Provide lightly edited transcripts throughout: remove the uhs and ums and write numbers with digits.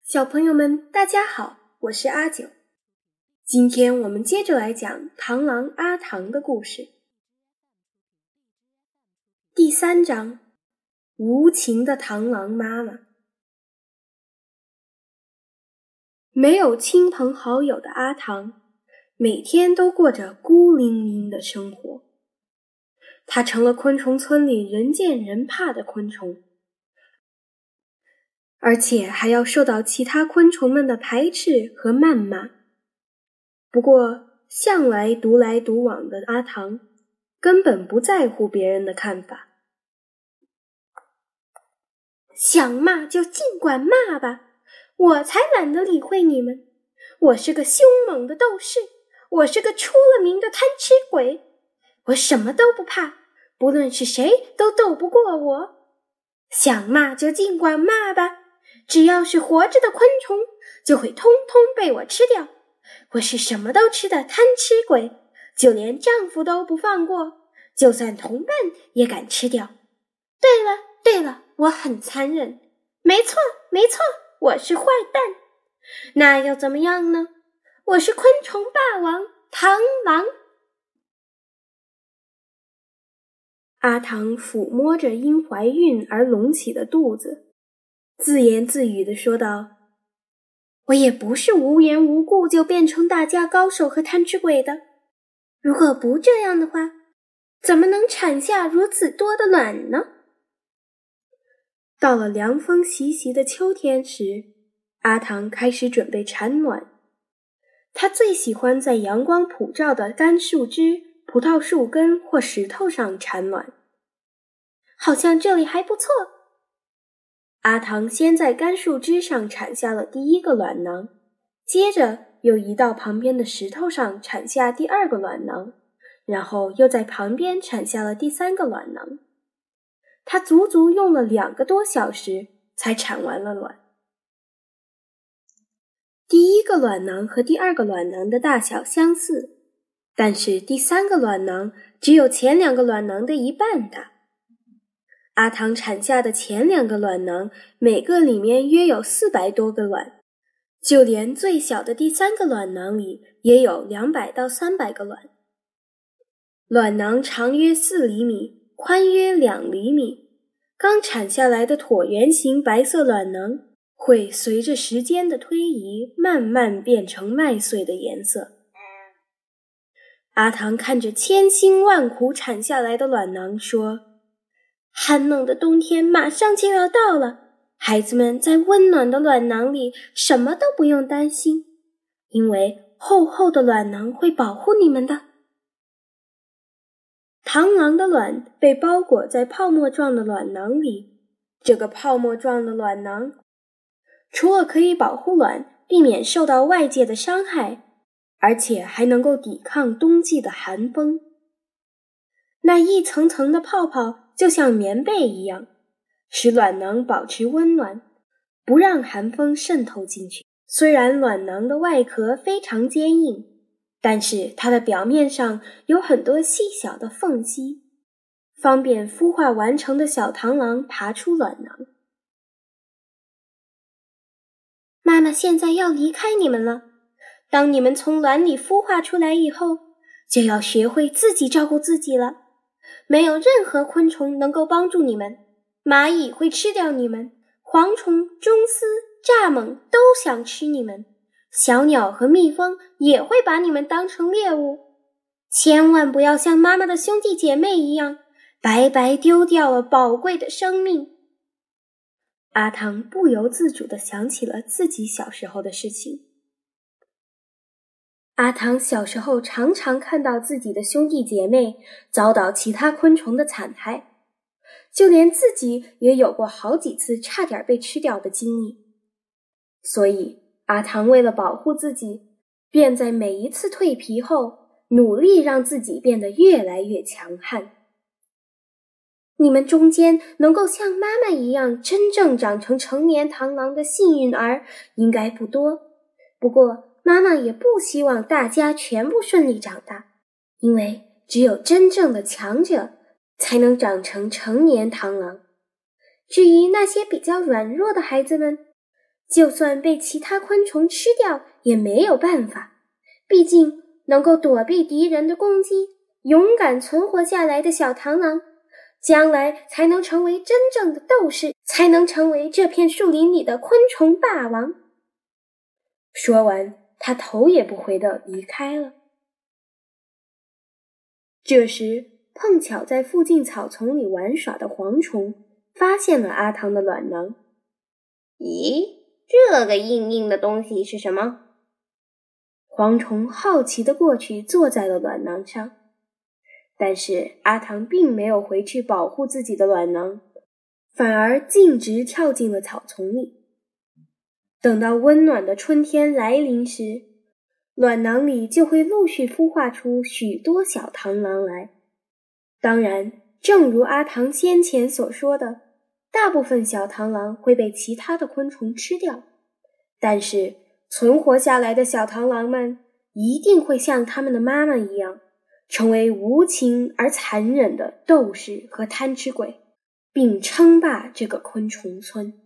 小朋友们，大家好，我是阿九。今天我们接着来讲螳螂阿唐的故事。第3章，无情的螳螂妈妈。没有亲朋好友的阿唐，每天都过着孤零零的生活。他成了昆虫村里人见人怕的昆虫，而且还要受到其他昆虫们的排斥和谩骂。不过，向来独来独往的阿唐根本不在乎别人的看法。想骂就尽管骂吧，我才懒得理会你们。我是个凶猛的斗士，我是个出了名的贪吃鬼，我什么都不怕，不论是谁都斗不过我。想骂就尽管骂吧，只要是活着的昆虫，就会通通被我吃掉。我是什么都吃的贪吃鬼，就连丈夫都不放过，就算同伴也敢吃掉。对了，我很残忍。没错，我是坏蛋。那又怎么样呢？我是昆虫霸王螳螂。阿唐抚摸着因怀孕而隆起的肚子，自言自语地说道：我也不是无缘无故就变成大家高手和贪吃鬼的。如果不这样的话，怎么能产下如此多的卵呢？到了凉风习习的秋天时，阿唐开始准备产卵。他最喜欢在阳光普照的干树枝、葡萄树根或石头上产卵。好像这里还不错。阿唐先在干树枝上产下了第一个卵囊，接着又移到旁边的石头上产下第2个卵囊，然后又在旁边产下了第3个卵囊。他足足用了2个多小时才产完了卵。第1个卵囊和第2个卵囊的大小相似，但是第3个卵囊只有前2个卵囊的一半大。阿唐产下的前2个卵囊，每个里面约有400多个卵，就连最小的第3个卵囊里也有200到300个卵。卵囊长约4厘米，宽约2厘米。刚产下来的椭圆形白色卵囊会随着时间的推移慢慢变成麦穗的颜色。阿唐看着千辛万苦产下来的卵囊说：寒冷的冬天马上就要到了，孩子们在温暖的卵囊里什么都不用担心，因为厚厚的卵囊会保护你们的。螳螂的卵被包裹在泡沫状的卵囊里，这个泡沫状的卵囊除了可以保护卵，避免受到外界的伤害，而且还能够抵抗冬季的寒风。那一层层的泡泡就像棉被一样，使卵囊保持温暖，不让寒风渗透进去。虽然卵囊的外壳非常坚硬，但是它的表面上有很多细小的缝隙，方便孵化完成的小螳螂爬出卵囊。妈妈现在要离开你们了，当你们从卵里孵化出来以后，就要学会自己照顾自己了。没有任何昆虫能够帮助你们，蚂蚁会吃掉你们，蝗虫、螽斯、蚱蜢都想吃你们，小鸟和蜜蜂也会把你们当成猎物。千万不要像妈妈的兄弟姐妹一样，白白丢掉了宝贵的生命。阿唐不由自主地想起了自己小时候的事情。阿唐小时候常常看到自己的兄弟姐妹遭到其他昆虫的残害，就连自己也有过好几次差点被吃掉的经历。所以阿唐为了保护自己，便在每一次蜕皮后努力让自己变得越来越强悍。你们中间能够像妈妈一样真正长成成年螳螂的幸运儿应该不多，不过妈妈也不希望大家全部顺利长大，因为只有真正的强者才能长成成年螳螂。至于那些比较软弱的孩子们， 就算被其他昆虫吃掉也没有办法，毕竟能够躲避敌人的攻击，勇敢存活下来的小螳螂，将来才能成为真正的斗士，才能成为这片树林里的昆虫霸王。说完，他头也不回地离开了。这时，碰巧在附近草丛里玩耍的蝗虫发现了阿唐的卵囊。 咦，这个硬硬的东西是什么？ 蝗虫好奇地过去坐在了卵囊上，但是阿唐并没有回去保护自己的卵囊，反而径直跳进了草丛里。等到温暖的春天来临时，卵囊里就会陆续孵化出许多小螳螂来。当然，正如阿唐先前所说的，大部分小螳螂会被其他的昆虫吃掉，但是存活下来的小螳螂们一定会像他们的妈妈一样，成为无情而残忍的斗士和贪吃鬼，并称霸这个昆虫村。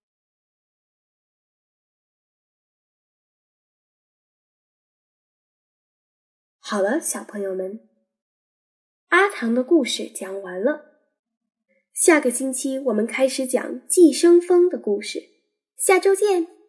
好了，小朋友们，阿唐的故事讲完了。下个星期我们开始讲寄生蜂的故事，下周见。